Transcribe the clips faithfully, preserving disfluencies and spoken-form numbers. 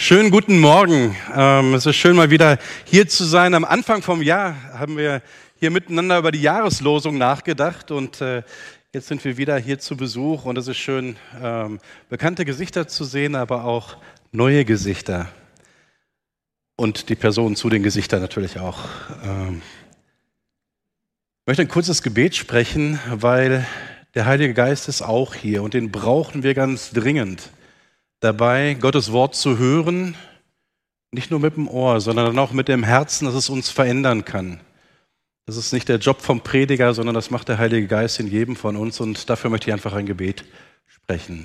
Schönen guten Morgen. Ähm, es ist schön, mal wieder hier zu sein. Am Anfang vom Jahr haben wir hier miteinander über die Jahreslosung nachgedacht und äh, jetzt sind wir wieder hier zu Besuch und es ist schön, ähm, bekannte Gesichter zu sehen, aber auch neue Gesichter und die Personen zu den Gesichtern natürlich auch. Ähm, ich möchte ein kurzes Gebet sprechen, weil der Heilige Geist ist auch hier und den brauchen wir ganz dringend. Dabei, Gottes Wort zu hören, nicht nur mit dem Ohr, sondern dann auch mit dem Herzen, dass es uns verändern kann. Das ist nicht der Job vom Prediger, sondern das macht der Heilige Geist in jedem von uns und dafür möchte ich einfach ein Gebet sprechen.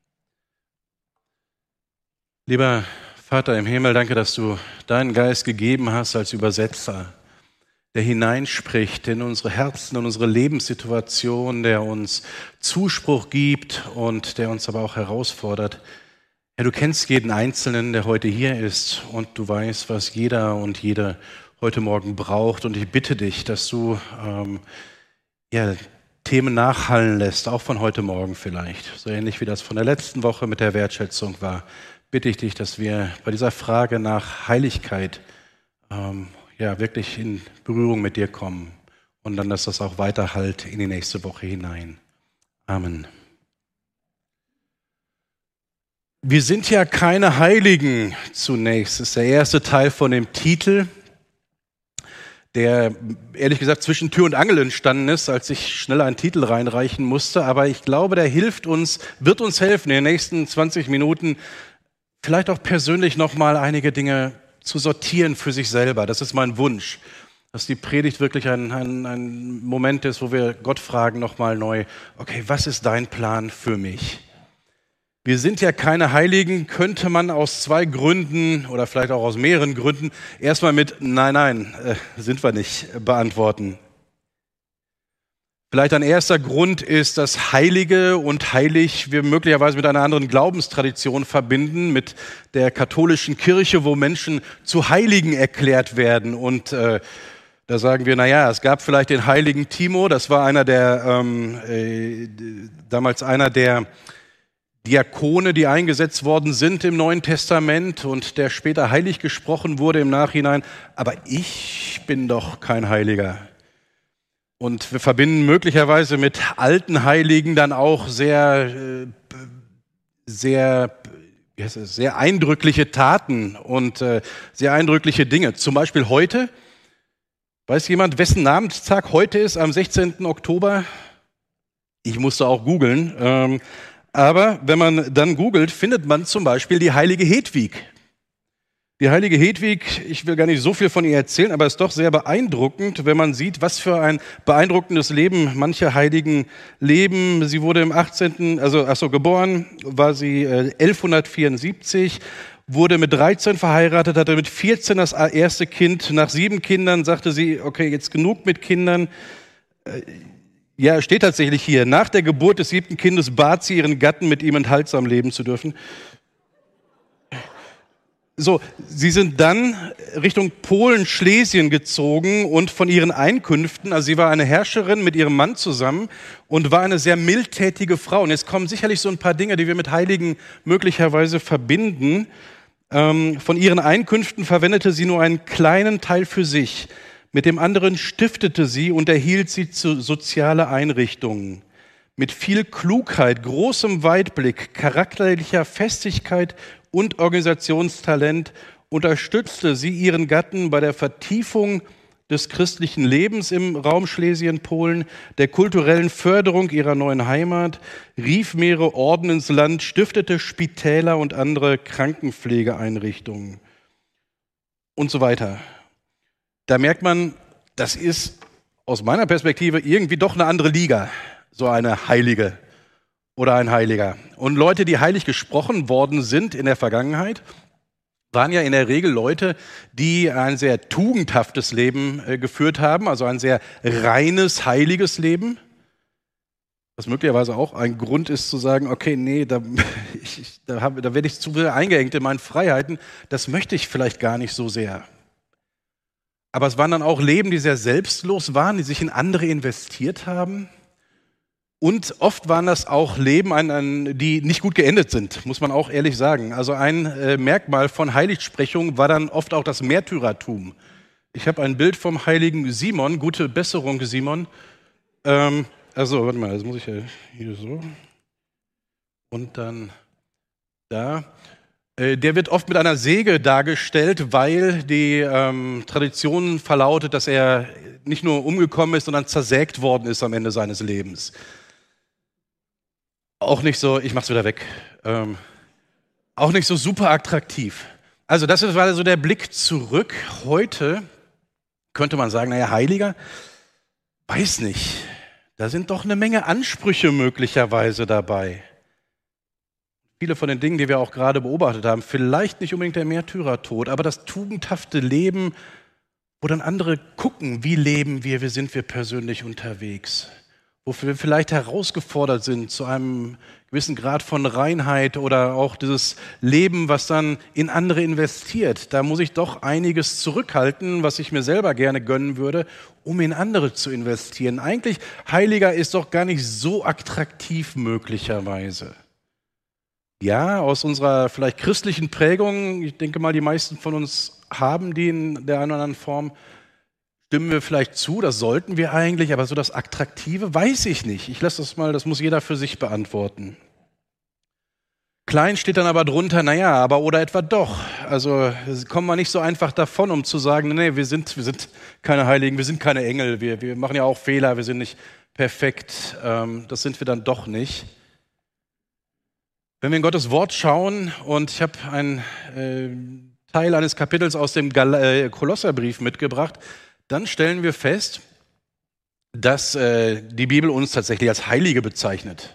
Lieber Vater im Himmel, danke, dass du deinen Geist gegeben hast als Übersetzer, der hineinspricht in unsere Herzen, in unsere Lebenssituation, der uns Zuspruch gibt und der uns aber auch herausfordert. Ja, du kennst jeden Einzelnen, der heute hier ist und du weißt, was jeder und jede heute Morgen braucht. Und ich bitte dich, dass du ähm, ja, Themen nachhallen lässt, auch von heute Morgen vielleicht. So ähnlich wie das von der letzten Woche mit der Wertschätzung war, bitte ich dich, dass wir bei dieser Frage nach Heiligkeit ähm, ja, wirklich in Berührung mit dir kommen und dann, dass das auch weiterhallt in die nächste Woche hinein. Amen. Wir sind ja keine Heiligen zunächst. Das ist der erste Teil von dem Titel, der ehrlich gesagt zwischen Tür und Angel entstanden ist, als ich schnell einen Titel reinreichen musste. Aber ich glaube, der hilft uns, wird uns helfen, in den nächsten zwanzig Minuten vielleicht auch persönlich nochmal einige Dinge zu sortieren für sich selber. Das ist mein Wunsch, dass die Predigt wirklich ein, ein, ein Moment ist, wo wir Gott fragen nochmal neu, okay, was ist dein Plan für mich? Wir sind ja keine Heiligen, könnte man aus zwei Gründen oder vielleicht auch aus mehreren Gründen erstmal mit Nein, nein, äh, sind wir nicht beantworten. Vielleicht ein erster Grund ist, dass Heilige und heilig wir möglicherweise mit einer anderen Glaubenstradition verbinden, mit der katholischen Kirche, wo Menschen zu Heiligen erklärt werden. Und äh, da sagen wir, naja, es gab vielleicht den heiligen Timo, das war einer der, ähm, äh, damals einer der Diakone, die eingesetzt worden sind im Neuen Testament und der später heilig gesprochen wurde im Nachhinein. Aber ich bin doch kein Heiliger. Und wir verbinden möglicherweise mit alten Heiligen dann auch sehr, sehr, wie heißt es, sehr eindrückliche Taten und sehr eindrückliche Dinge. Zum Beispiel heute. Weiß jemand, wessen Namenstag heute ist, am sechzehnten Oktober? Ich musste auch googeln. Ähm, Aber wenn man dann googelt, findet man zum Beispiel die heilige Hedwig. Die heilige Hedwig, ich will gar nicht so viel von ihr erzählen, aber es ist doch sehr beeindruckend, wenn man sieht, was für ein beeindruckendes Leben manche Heiligen leben. Sie wurde im achtzehnten also achso, geboren, war sie äh, elfhundertvierundsiebzig, wurde mit dreizehn verheiratet, hatte mit vierzehn das erste Kind. Nach sieben Kindern sagte sie, okay, jetzt genug mit Kindern. Äh, Ja, steht tatsächlich hier. Nach der Geburt des siebten Kindes bat sie ihren Gatten, mit ihm enthaltsam leben zu dürfen. So, sie sind dann Richtung Polen, Schlesien gezogen und von ihren Einkünften, also sie war eine Herrscherin mit ihrem Mann zusammen und war eine sehr mildtätige Frau. Und jetzt kommen sicherlich so ein paar Dinge, die wir mit Heiligen möglicherweise verbinden. Ähm, von ihren Einkünften verwendete sie nur einen kleinen Teil für sich. Mit dem anderen stiftete sie und erhielt sie zu soziale Einrichtungen. Mit viel Klugheit, großem Weitblick, charakterlicher Festigkeit und Organisationstalent unterstützte sie ihren Gatten bei der Vertiefung des christlichen Lebens im Raum Schlesien-Polen, der kulturellen Förderung ihrer neuen Heimat, rief mehrere Orden ins Land, stiftete Spitäler und andere Krankenpflegeeinrichtungen und so weiter. Da merkt man, das ist aus meiner Perspektive irgendwie doch eine andere Liga, so eine Heilige oder ein Heiliger. Und Leute, die heilig gesprochen worden sind in der Vergangenheit, waren ja in der Regel Leute, die ein sehr tugendhaftes Leben äh, geführt haben, also ein sehr reines, heiliges Leben. Was möglicherweise auch ein Grund ist zu sagen, okay, nee, da, ich, da, hab, da werde ich zu sehr eingeengt in meinen Freiheiten, das möchte ich vielleicht gar nicht so sehr. Aber es waren dann auch Leben, die sehr selbstlos waren, die sich in andere investiert haben, Und oft waren das auch Leben, an, an, die nicht gut geendet sind, muss man auch ehrlich sagen. Also ein äh, Merkmal von Heiligsprechung war dann oft auch das Märtyrertum. Ich habe ein Bild vom heiligen Simon, gute Besserung, Simon. Ähm, also, warte mal, das muss ich ja hier so. Und dann da. Äh, der wird oft mit einer Säge dargestellt, weil die ähm, Tradition verlautet, dass er nicht nur umgekommen ist, sondern zersägt worden ist am Ende seines Lebens. Auch nicht so, ich mach's wieder weg, ähm, auch nicht so super attraktiv. Also das war so der Blick zurück. Heute könnte man sagen, naja, Heiliger, weiß nicht, da sind doch eine Menge Ansprüche möglicherweise dabei. Viele von den Dingen, die wir auch gerade beobachtet haben, vielleicht nicht unbedingt der Märtyrertod, aber das tugendhafte Leben, wo dann andere gucken, wie leben wir, wie sind wir persönlich unterwegs, wofür wir vielleicht herausgefordert sind zu einem gewissen Grad von Reinheit oder auch dieses Leben, was dann in andere investiert. Da muss ich doch einiges zurückhalten, was ich mir selber gerne gönnen würde, um in andere zu investieren. Eigentlich, Heiliger ist doch gar nicht so attraktiv möglicherweise. Ja, aus unserer vielleicht christlichen Prägung, ich denke mal, die meisten von uns haben die in der einen oder anderen Form, stimmen wir vielleicht zu, das sollten wir eigentlich, aber so das Attraktive weiß ich nicht. Ich lasse das mal, das muss jeder für sich beantworten. Klein steht dann aber drunter, naja, aber oder etwa doch. Also kommen wir nicht so einfach davon, um zu sagen, nee, wir sind, wir sind keine Heiligen, wir sind keine Engel, wir, wir machen ja auch Fehler, wir sind nicht perfekt. Ähm, das sind wir dann doch nicht. Wenn wir in Gottes Wort schauen, und ich habe einen äh, Teil eines Kapitels aus dem Gal- äh, Kolosserbrief mitgebracht, dann stellen wir fest, dass äh, die Bibel uns tatsächlich als Heilige bezeichnet.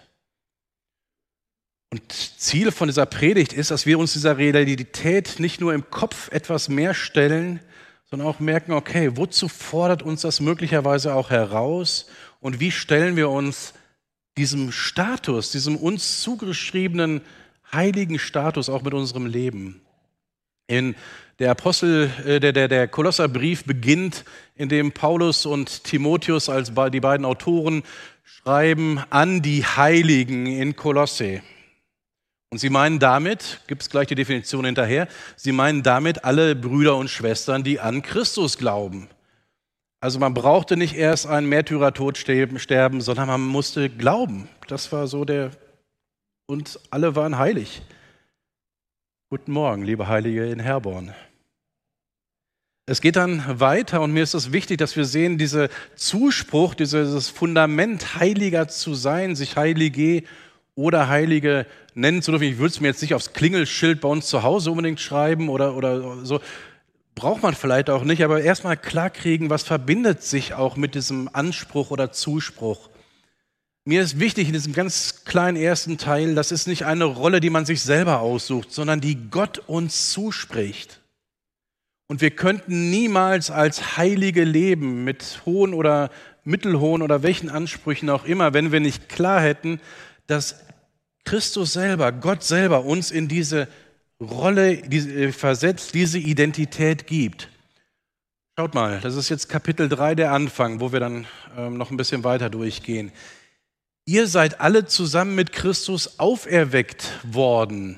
Und Ziel von dieser Predigt ist, dass wir uns dieser Realität nicht nur im Kopf etwas mehr stellen, sondern auch merken, okay, wozu fordert uns das möglicherweise auch heraus und wie stellen wir uns diesem Status, diesem uns zugeschriebenen heiligen Status auch mit unserem Leben. In der Apostel, äh, der, der, der Kolosserbrief beginnt, in dem Paulus und Timotheus als die beiden Autoren schreiben an die Heiligen in Kolosse. Und sie meinen damit, gibt es gleich die Definition hinterher, sie meinen damit alle Brüder und Schwestern, die an Christus glauben. Also man brauchte nicht erst einen Märtyrertod sterben, sondern man musste glauben. Das war so der, und alle waren heilig. Guten Morgen, liebe Heilige in Herborn. Es geht dann weiter und mir ist es wichtig, dass wir sehen, dieser Zuspruch, dieses Fundament, heiliger zu sein, sich Heilige oder Heilige nennen zu dürfen. Ich würde es mir jetzt nicht aufs Klingelschild bei uns zu Hause unbedingt schreiben oder, oder so. Braucht man vielleicht auch nicht, aber erstmal klarkriegen, was verbindet sich auch mit diesem Anspruch oder Zuspruch. Mir ist wichtig in diesem ganz kleinen ersten Teil, das ist nicht eine Rolle, die man sich selber aussucht, sondern die Gott uns zuspricht. Und wir könnten niemals als Heilige leben, mit hohen oder mittelhohen oder welchen Ansprüchen auch immer, wenn wir nicht klar hätten, dass Christus selber, Gott selber uns in diese Rolle diese, versetzt, diese Identität gibt. Schaut mal, das ist jetzt Kapitel drei, der Anfang, wo wir dann ähm, noch ein bisschen weiter durchgehen. Ihr seid alle zusammen mit Christus auferweckt worden.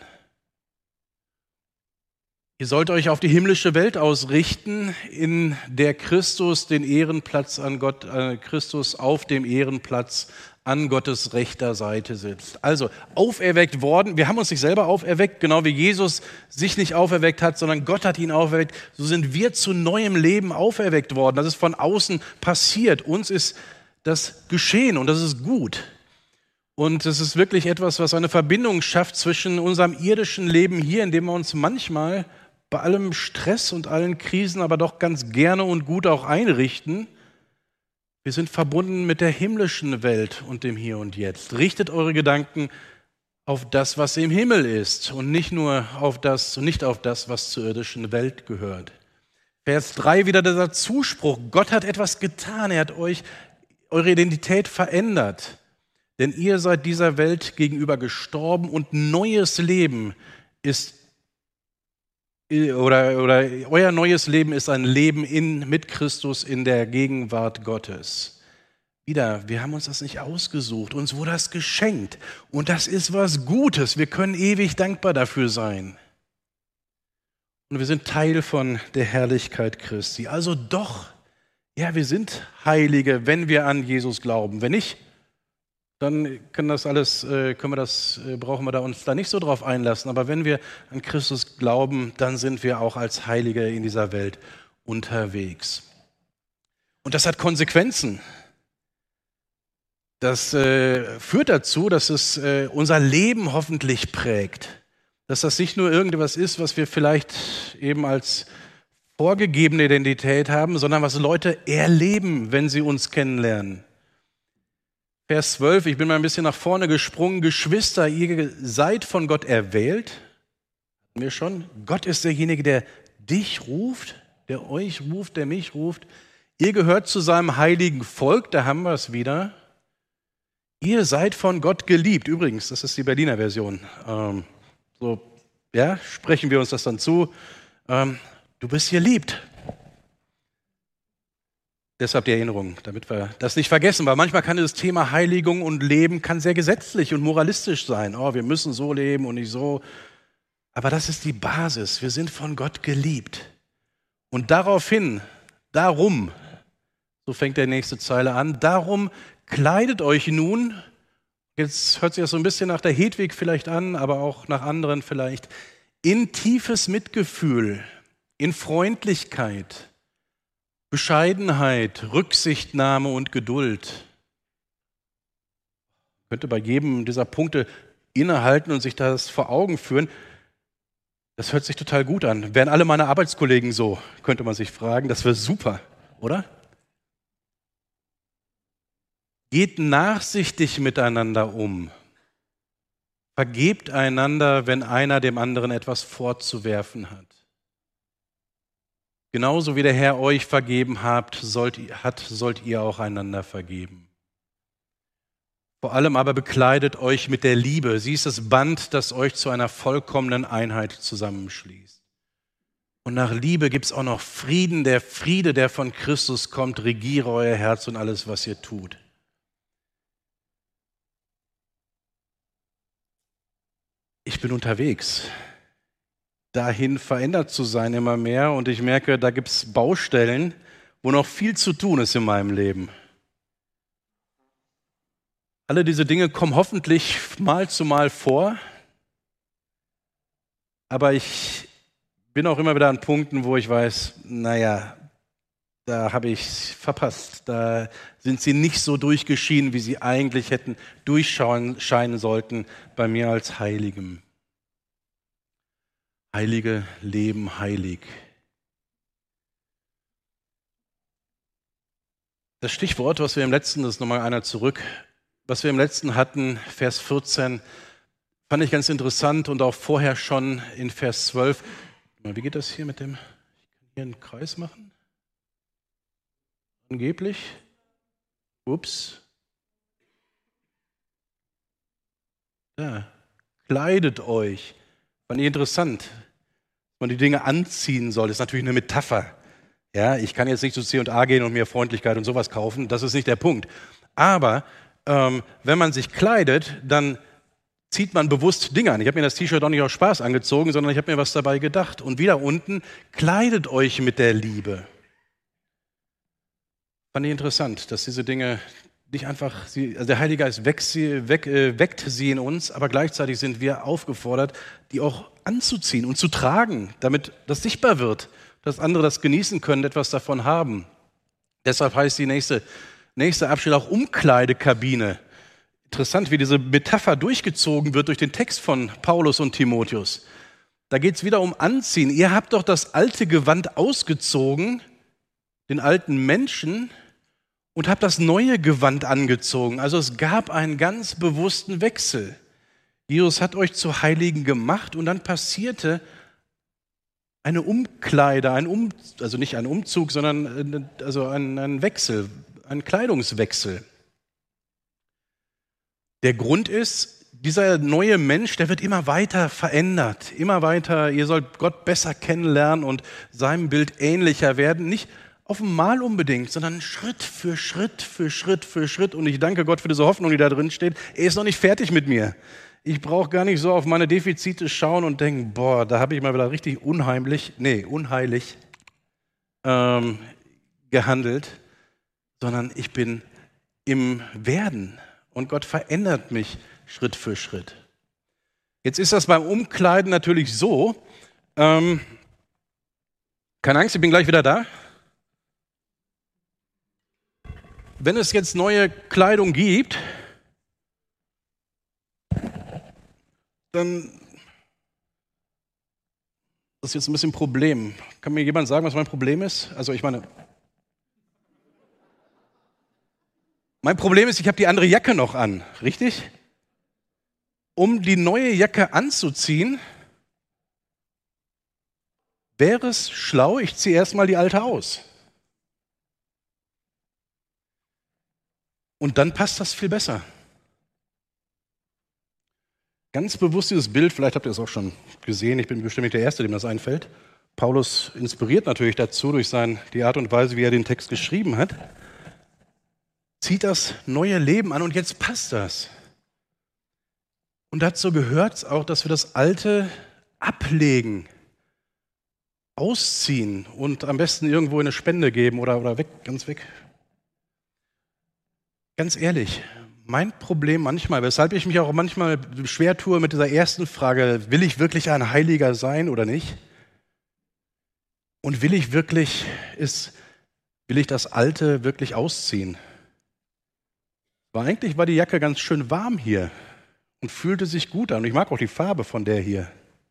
Ihr sollt euch auf die himmlische Welt ausrichten, in der Christus den Ehrenplatz an Gott, äh, Christus auf dem Ehrenplatz an Gottes rechter Seite sitzt. Also auferweckt worden, wir haben uns nicht selber auferweckt, genau wie Jesus sich nicht auferweckt hat, sondern Gott hat ihn auferweckt. So sind wir zu neuem Leben auferweckt worden. Das ist von außen passiert. Uns ist das geschehen und das ist gut. Und es ist wirklich etwas, was eine Verbindung schafft zwischen unserem irdischen Leben hier, in dem wir uns manchmal bei allem Stress und allen Krisen aber doch ganz gerne und gut auch einrichten. Wir sind verbunden mit der himmlischen Welt und dem Hier und Jetzt. Richtet eure Gedanken auf das, was im Himmel ist und nicht nur auf das, nicht auf das, was zur irdischen Welt gehört. Vers drei wieder dieser Zuspruch. Gott hat etwas getan. Er hat euch eure Identität verändert. Denn ihr seid dieser Welt gegenüber gestorben und neues Leben ist, oder, oder euer neues Leben ist ein Leben in, mit Christus in der Gegenwart Gottes. Wieder, wir haben uns das nicht ausgesucht, uns wurde das geschenkt. Und das ist was Gutes, wir können ewig dankbar dafür sein. Und wir sind Teil von der Herrlichkeit Christi. Also doch, ja, wir sind Heilige, wenn wir an Jesus glauben. Wenn nicht, dann können das alles, können wir das, brauchen wir da uns da nicht so drauf einlassen. Aber wenn wir an Christus glauben, dann sind wir auch als Heilige in dieser Welt unterwegs. Und das hat Konsequenzen. Das äh, führt dazu, dass es äh, unser Leben hoffentlich prägt. Dass das nicht nur irgendwas ist, was wir vielleicht eben als vorgegebene Identität haben, sondern was Leute erleben, wenn sie uns kennenlernen. Vers zwölf, ich bin mal ein bisschen nach vorne gesprungen. Geschwister, ihr seid von Gott erwählt. Hatten wir schon. Gott ist derjenige, der dich ruft, der euch ruft, der mich ruft. Ihr gehört zu seinem heiligen Volk, da haben wir es wieder. Ihr seid von Gott geliebt. Übrigens, das ist die Berliner Version. Ähm, so, ja, sprechen wir uns das dann zu. Ähm, du bist geliebt. Deshalb die Erinnerung, damit wir das nicht vergessen, weil manchmal kann das Thema Heiligung und Leben kann sehr gesetzlich und moralistisch sein. Oh, wir müssen so leben und nicht so. Aber das ist die Basis. Wir sind von Gott geliebt. Und daraufhin, darum, so fängt der nächste Zeile an, darum kleidet euch nun, jetzt hört sich das so ein bisschen nach der Hedwig vielleicht an, aber auch nach anderen vielleicht, in tiefes Mitgefühl, in Freundlichkeit, Bescheidenheit, Rücksichtnahme und Geduld. Ich könnte bei jedem dieser Punkte innehalten und sich das vor Augen führen. Das hört sich total gut an. Wären alle meine Arbeitskollegen so, könnte man sich fragen. Das wäre super, oder? Geht nachsichtig miteinander um. Vergebt einander, wenn einer dem anderen etwas vorzuwerfen hat. Genauso wie der Herr euch vergeben habt, sollt, hat, sollt ihr auch einander vergeben. Vor allem aber bekleidet euch mit der Liebe. Sie ist das Band, das euch zu einer vollkommenen Einheit zusammenschließt. Und nach Liebe gibt es auch noch Frieden. Der Friede, der von Christus kommt, regiere euer Herz und alles, was ihr tut. Ich bin unterwegs, dahin verändert zu sein immer mehr und ich merke, da gibt es Baustellen, wo noch viel zu tun ist in meinem Leben. Alle diese Dinge kommen hoffentlich mal zu mal vor, aber ich bin auch immer wieder an Punkten, wo ich weiß, naja, da habe ich es verpasst, da sind sie nicht so durchgeschienen, wie sie eigentlich hätten durchscheinen sollten bei mir als Heiligem. Heilige leben heilig. Das Stichwort, was wir im letzten, das ist nochmal einer zurück, was wir im letzten hatten, Vers vierzehn, fand ich ganz interessant und auch vorher schon in Vers zwölf. Wie geht das hier mit dem, ich kann hier einen Kreis machen? Angeblich. Ups. Ja, kleidet euch. Fand ich interessant. Man die Dinge anziehen soll, ist natürlich eine Metapher. Ja, ich kann jetzt nicht zu C und A gehen und mir Freundlichkeit und sowas kaufen, das ist nicht der Punkt. Aber ähm, wenn man sich kleidet, dann zieht man bewusst Dinge an. Ich habe mir das T-Shirt auch nicht aus Spaß angezogen, sondern ich habe mir was dabei gedacht. Und wieder unten, kleidet euch mit der Liebe. Fand ich interessant, dass diese Dinge nicht einfach, sie, also der Heilige Geist weckt sie, weg, äh, weckt sie in uns, aber gleichzeitig sind wir aufgefordert, die auch anzuziehen und zu tragen, damit das sichtbar wird, dass andere das genießen können, etwas davon haben. Deshalb heißt die nächste, nächste Abschnitt auch Umkleidekabine. Interessant, wie diese Metapher durchgezogen wird durch den Text von Paulus und Timotheus. Da geht es wieder um Anziehen. Ihr habt doch das alte Gewand ausgezogen, den alten Menschen, und habt das neue Gewand angezogen. Also es gab einen ganz bewussten Wechsel. Jesus hat euch zu Heiligen gemacht und dann passierte eine Umkleide, ein um, also nicht ein Umzug, sondern also ein, ein Wechsel, ein Kleidungswechsel. Der Grund ist, dieser neue Mensch, der wird immer weiter verändert, immer weiter, ihr sollt Gott besser kennenlernen und seinem Bild ähnlicher werden, nicht auf einmal unbedingt, sondern Schritt für Schritt für Schritt für Schritt. Und ich danke Gott für diese Hoffnung, die da drin steht. Er ist noch nicht fertig mit mir. Ich brauche gar nicht so auf meine Defizite schauen und denken, boah, da habe ich mal wieder richtig unheimlich, nee, unheilig ähm, gehandelt, sondern ich bin im Werden und Gott verändert mich Schritt für Schritt. Jetzt ist das beim Umkleiden natürlich so, ähm, keine Angst, ich bin gleich wieder da. Wenn es jetzt neue Kleidung gibt, dann das ist jetzt ein bisschen ein Problem. Kann mir jemand sagen, was mein Problem ist? Also ich meine, mein Problem ist, ich habe die andere Jacke noch an, richtig? Um die neue Jacke anzuziehen, wäre es schlau, ich ziehe erstmal die alte aus. Und dann passt das viel besser. Ganz bewusst dieses Bild, vielleicht habt ihr es auch schon gesehen, ich bin bestimmt nicht der Erste, dem das einfällt. Paulus inspiriert natürlich dazu durch sein, die Art und Weise, wie er den Text geschrieben hat. Zieht das neue Leben an und jetzt passt das. Und dazu gehört es auch, dass wir das Alte ablegen, ausziehen und am besten irgendwo in eine Spende geben oder, oder weg, ganz weg. Ganz ehrlich, mein Problem manchmal, weshalb ich mich auch manchmal schwer tue mit dieser ersten Frage, will ich wirklich ein Heiliger sein oder nicht? Und will ich wirklich, ist, will ich das Alte wirklich ausziehen? Weil eigentlich war die Jacke ganz schön warm hier und fühlte sich gut an. Und ich mag auch die Farbe von der hier.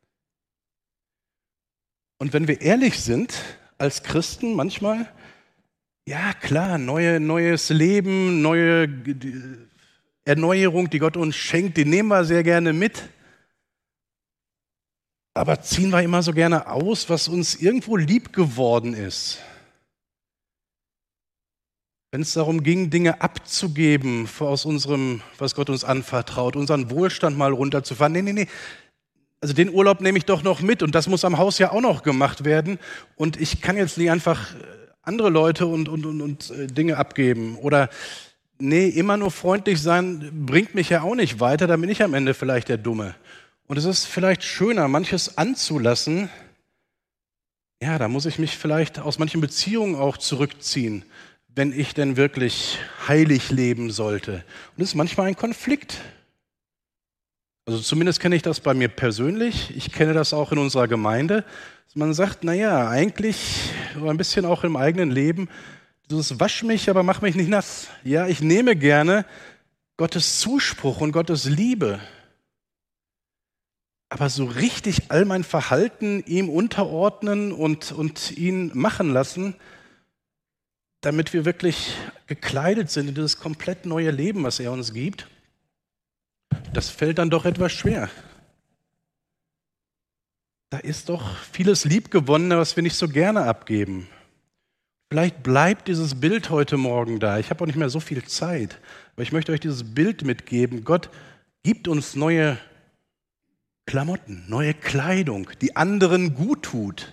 Und wenn wir ehrlich sind, als Christen manchmal, ja klar, neue, neues Leben, neue Erneuerung, die Gott uns schenkt, die nehmen wir sehr gerne mit. Aber ziehen wir immer so gerne aus, was uns irgendwo lieb geworden ist. Wenn es darum ging, Dinge abzugeben aus unserem, was Gott uns anvertraut, unseren Wohlstand mal runterzufahren. Nee, nee, nee. Also den Urlaub nehme ich doch noch mit und das muss am Haus ja auch noch gemacht werden. Und ich kann jetzt nicht einfach andere Leute und, und, und, und Dinge abgeben. Oder nee, immer nur freundlich sein bringt mich ja auch nicht weiter, dann bin ich am Ende vielleicht der Dumme. Und es ist vielleicht schöner, manches anzulassen. Ja, da muss ich mich vielleicht aus manchen Beziehungen auch zurückziehen, wenn ich denn wirklich heilig leben sollte. Und das ist manchmal ein Konflikt. Also zumindest kenne ich das bei mir persönlich. Ich kenne das auch in unserer Gemeinde. Dass man sagt, naja, eigentlich, so ein bisschen auch im eigenen Leben, das wasch mich, aber mach mich nicht nass. Ja, ich nehme gerne Gottes Zuspruch und Gottes Liebe. Aber so richtig all mein Verhalten ihm unterordnen und, und ihn machen lassen, damit wir wirklich gekleidet sind in dieses komplett neue Leben, was er uns gibt, das fällt dann doch etwas schwer. Da ist doch vieles Liebgewonnene, was wir nicht so gerne abgeben. Vielleicht bleibt dieses Bild heute Morgen da. Ich habe auch nicht mehr so viel Zeit, aber ich möchte euch dieses Bild mitgeben. Gott gibt uns neue Klamotten, neue Kleidung, die anderen gut tut.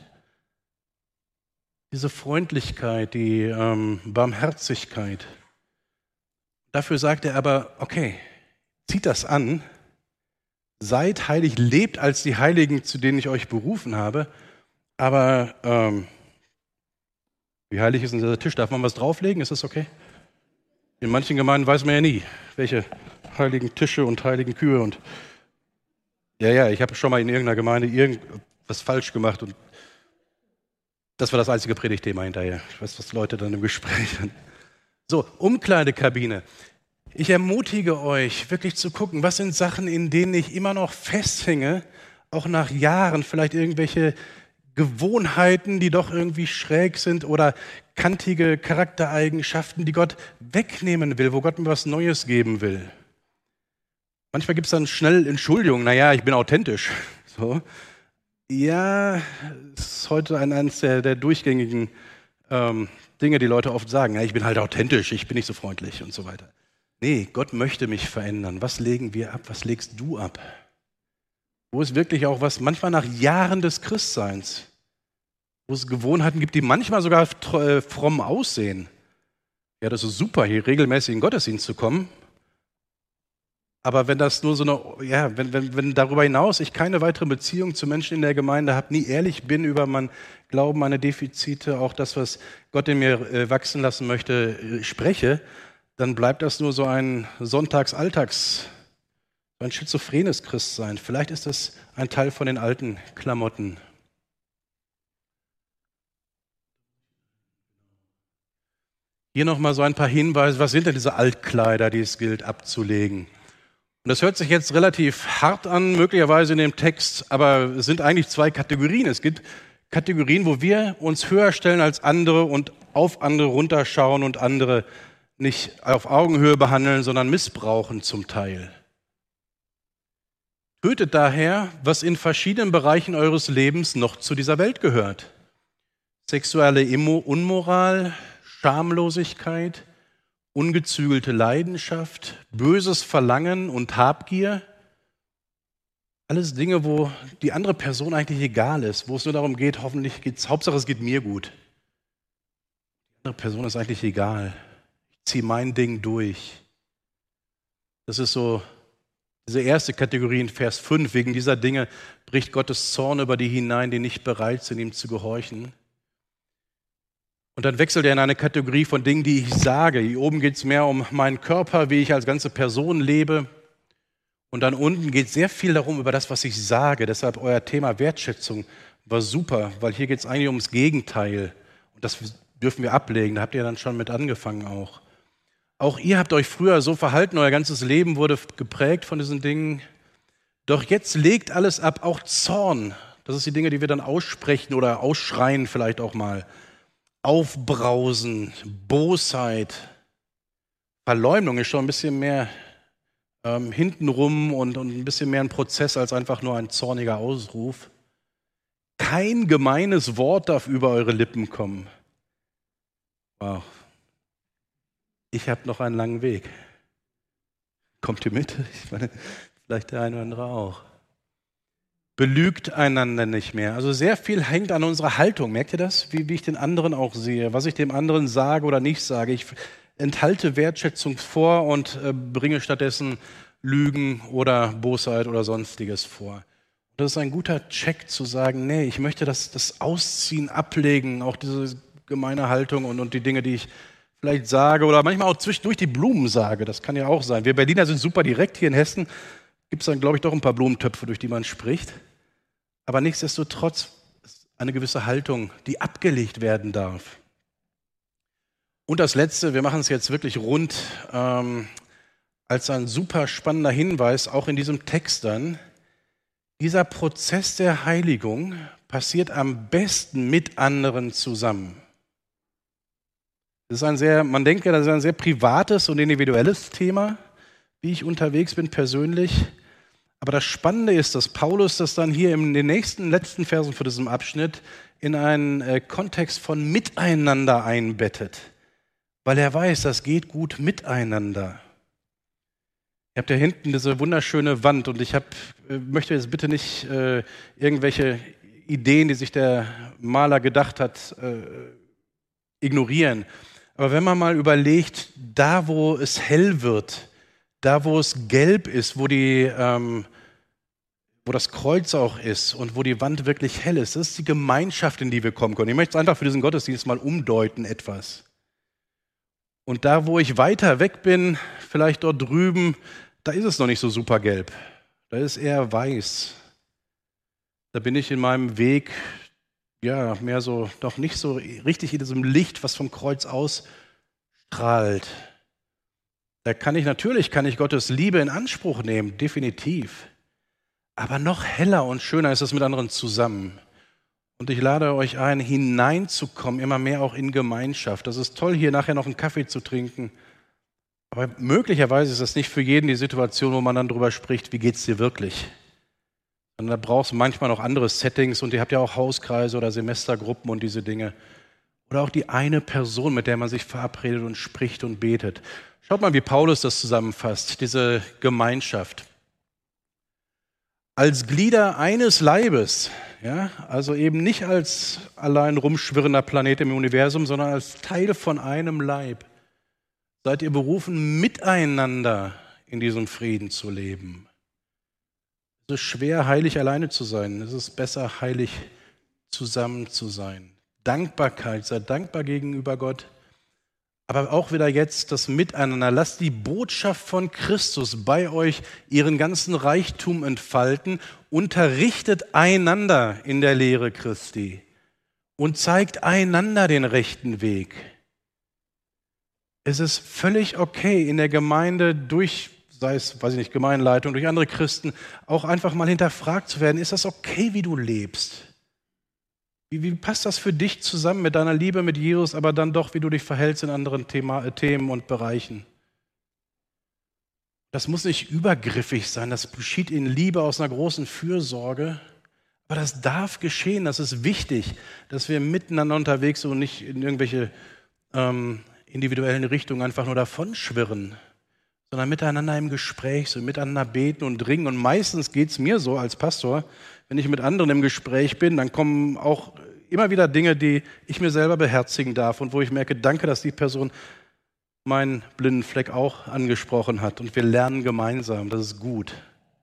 Diese Freundlichkeit, die ähm, Barmherzigkeit. Dafür sagt er aber, okay, zieht das an, seid heilig, lebt als die Heiligen, zu denen ich euch berufen habe. Aber ähm, wie heilig ist denn dieser Tisch? Darf man was drauflegen? Ist das okay? In manchen Gemeinden weiß man ja nie, welche heiligen Tische und heiligen Kühe und ja, ja, ich habe schon mal in irgendeiner Gemeinde irgendwas falsch gemacht und das war das einzige Predigtthema hinterher. Ich weiß, was Leute dann im Gespräch haben. So, Umkleidekabine. Ich ermutige euch, wirklich zu gucken, was sind Sachen, in denen ich immer noch festhänge, auch nach Jahren, vielleicht irgendwelche Gewohnheiten, die doch irgendwie schräg sind oder kantige Charaktereigenschaften, die Gott wegnehmen will, wo Gott mir was Neues geben will. Manchmal gibt es dann schnell Entschuldigungen, naja, ich bin authentisch. So. Ja, das ist heute eines der, der durchgängigen ähm, Dinge, die Leute oft sagen. Ja, ich bin halt authentisch, ich bin nicht so freundlich und so weiter. Nee, Gott möchte mich verändern. Was legen wir ab? Was legst du ab? Wo ist wirklich auch was, manchmal nach Jahren des Christseins, wo es Gewohnheiten gibt, die manchmal sogar äh, fromm aussehen. Ja, das ist super, hier regelmäßig in den Gottesdienst zu kommen. Aber wenn das nur so eine, ja, wenn, wenn, wenn darüber hinaus ich keine weitere Beziehung zu Menschen in der Gemeinde habe, nie ehrlich bin über mein Glauben, meine Defizite, auch das, was Gott in mir äh, wachsen lassen möchte, äh, spreche, dann bleibt das nur so ein Sonntags-Alltags, so ein schizophrenes Christsein. Vielleicht ist das ein Teil von den alten Klamotten. Hier nochmal so ein paar Hinweise, was sind denn diese Altkleider, die es gilt abzulegen? Und das hört sich jetzt relativ hart an, möglicherweise in dem Text, aber es sind eigentlich zwei Kategorien. Es gibt Kategorien, wo wir uns höher stellen als andere und auf andere runterschauen und andere nicht auf Augenhöhe behandeln, sondern missbrauchen zum Teil. Tötet daher, was in verschiedenen Bereichen eures Lebens noch zu dieser Welt gehört. Sexuelle Unmoral, Schamlosigkeit, ungezügelte Leidenschaft, böses Verlangen und Habgier. Alles Dinge, wo die andere Person eigentlich egal ist, wo es nur darum geht, hoffentlich geht's, Hauptsache es geht mir gut. Die andere Person ist eigentlich egal. Ich ziehe mein Ding durch. Das ist so diese erste Kategorie in Vers fünf. Wegen dieser Dinge bricht Gottes Zorn über die hinein, die nicht bereit sind, ihm zu gehorchen. Und dann wechselt er in eine Kategorie von Dingen, die ich sage. Hier oben geht es mehr um meinen Körper, wie ich als ganze Person lebe. Und dann unten geht es sehr viel darum, über das, was ich sage. Deshalb euer Thema Wertschätzung war super, weil hier geht es eigentlich ums Gegenteil. Und das dürfen wir ablegen. Da habt ihr dann schon mit angefangen auch. Auch ihr habt euch früher so verhalten, euer ganzes Leben wurde geprägt von diesen Dingen. Doch jetzt legt alles ab, auch Zorn. Das ist die Dinge, die wir dann aussprechen oder ausschreien vielleicht auch mal. Aufbrausen, Bosheit, Verleumdung ist schon ein bisschen mehr ähm, hintenrum und, und ein bisschen mehr ein Prozess als einfach nur ein zorniger Ausruf. Kein gemeines Wort darf über eure Lippen kommen. Wow. Ich habe noch einen langen Weg. Kommt ihr mit? Ich meine, vielleicht der eine oder andere auch. Belügt einander nicht mehr. Also sehr viel hängt an unserer Haltung. Merkt ihr das? Wie, wie ich den anderen auch sehe, was ich dem anderen sage oder nicht sage. Ich enthalte Wertschätzung vor und äh, bringe stattdessen Lügen oder Bosheit oder Sonstiges vor. Das ist ein guter Check zu sagen, nee, ich möchte das, das Ausziehen, Ablegen, auch diese gemeine Haltung und, und die Dinge, die ich vielleicht sage oder manchmal auch zwischendurch die Blumen sage. Das kann ja auch sein. Wir Berliner sind super direkt. Hier in Hessen gibt es dann, glaube ich, doch ein paar Blumentöpfe, durch die man spricht. Aber nichtsdestotrotz eine gewisse Haltung, die abgelegt werden darf. Und das Letzte, wir machen es jetzt wirklich rund, ähm, als ein super spannender Hinweis, auch in diesem Text dann, dieser Prozess der Heiligung passiert am besten mit anderen zusammen. Das ist ein sehr, man denkt ja, das ist ein sehr privates und individuelles Thema, wie ich unterwegs bin persönlich. Aber das Spannende ist, dass Paulus das dann hier in den nächsten letzten Versen von diesem Abschnitt in einen äh, Kontext von Miteinander einbettet. Weil er weiß, das geht gut miteinander. Ihr habt ja hinten diese wunderschöne Wand und ich hab, äh, möchte jetzt bitte nicht äh, irgendwelche Ideen, die sich der Maler gedacht hat, äh, ignorieren. Aber wenn man mal überlegt, da wo es hell wird, da wo es gelb ist, wo, die, ähm, wo das Kreuz auch ist und wo die Wand wirklich hell ist, das ist die Gemeinschaft, in die wir kommen können. Ich möchte es einfach für diesen Gottesdienst mal umdeuten etwas. Und da, wo ich weiter weg bin, vielleicht dort drüben, da ist es noch nicht so super gelb. Da ist eher weiß. Da bin ich in meinem Weg, ja, mehr so, doch nicht so richtig in diesem Licht, was vom Kreuz ausstrahlt. Da kann ich natürlich, kann ich Gottes Liebe in Anspruch nehmen, definitiv. Aber noch heller und schöner ist es mit anderen zusammen. Und ich lade euch ein, hineinzukommen, immer mehr auch in Gemeinschaft. Das ist toll, hier nachher noch einen Kaffee zu trinken. Aber möglicherweise ist das nicht für jeden die Situation, wo man dann drüber spricht, wie geht's dir wirklich? Und da brauchst du manchmal noch andere Settings und ihr habt ja auch Hauskreise oder Semestergruppen und diese Dinge. Oder auch die eine Person, mit der man sich verabredet und spricht und betet. Schaut mal, wie Paulus das zusammenfasst, diese Gemeinschaft. als Glieder eines Leibes, ja, also eben nicht als allein rumschwirrender Planet im Universum, sondern als Teil von einem Leib, seid ihr berufen, miteinander in diesem Frieden zu leben. Es ist schwer, heilig alleine zu sein. Es ist besser, heilig zusammen zu sein. Dankbarkeit, seid dankbar gegenüber Gott. Aber auch wieder jetzt das Miteinander. Lasst die Botschaft von Christus bei euch ihren ganzen Reichtum entfalten. Unterrichtet einander in der Lehre Christi und zeigt einander den rechten Weg. Es ist völlig okay, in der Gemeinde durch, sei es, weiß ich nicht, Gemeindeleitung, durch andere Christen, auch einfach mal hinterfragt zu werden. Ist das okay, wie du lebst? Wie, wie passt das für dich zusammen mit deiner Liebe mit Jesus, aber dann doch, wie du dich verhältst in anderen Thema, äh, Themen und Bereichen? Das muss nicht übergriffig sein, das geschieht in Liebe aus einer großen Fürsorge. Aber das darf geschehen, das ist wichtig, dass wir miteinander unterwegs sind und nicht in irgendwelche ähm, individuellen Richtungen einfach nur davonschwirren, sondern miteinander im Gespräch sind, miteinander beten und ringen. Und meistens geht es mir so als Pastor, wenn ich mit anderen im Gespräch bin, dann kommen auch immer wieder Dinge, die ich mir selber beherzigen darf und wo ich merke, danke, dass die Person meinen blinden Fleck auch angesprochen hat. Und wir lernen gemeinsam, das ist gut.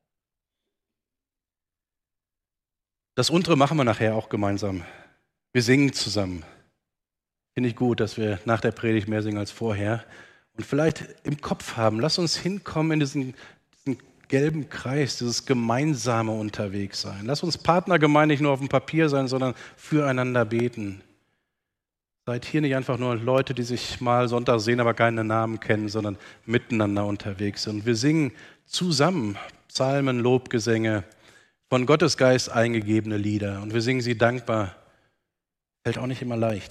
Das untere machen wir nachher auch gemeinsam. Wir singen zusammen. Finde ich gut, dass wir nach der Predigt mehr singen als vorher. Und vielleicht im Kopf haben, lass uns hinkommen in diesen, diesen gelben Kreis, dieses gemeinsame Unterwegssein. Lass uns Partnergemeinde nicht nur auf dem Papier sein, sondern füreinander beten. Seid hier nicht einfach nur Leute, die sich mal Sonntag sehen, aber keine Namen kennen, sondern miteinander unterwegs sind. Wir singen zusammen Psalmen, Lobgesänge, von Gottes Geist eingegebene Lieder. Und wir singen sie dankbar. Fällt auch nicht immer leicht.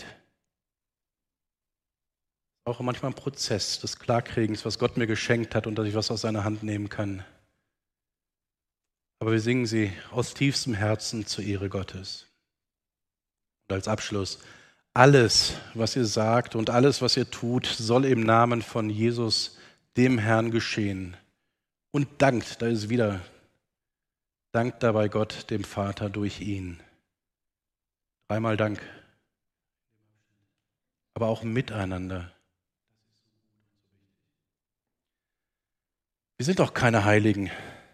Auch manchmal ein Prozess des Klarkriegens, was Gott mir geschenkt hat und dass ich was aus seiner Hand nehmen kann. Aber wir singen sie aus tiefstem Herzen zur Ehre Gottes. Und als Abschluss, alles, was ihr sagt und alles, was ihr tut, soll im Namen von Jesus, dem Herrn, geschehen. Und dankt, da ist wieder, dankt dabei Gott, dem Vater, durch ihn. Dreimal Dank. Aber auch miteinander. Wir sind doch keine Heiligen.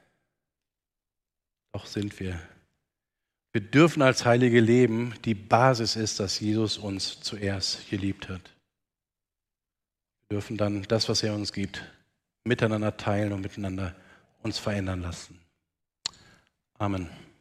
Doch sind wir. Wir dürfen als Heilige leben. Die Basis ist, dass Jesus uns zuerst geliebt hat. Wir dürfen dann das, was er uns gibt, miteinander teilen und miteinander uns verändern lassen. Amen.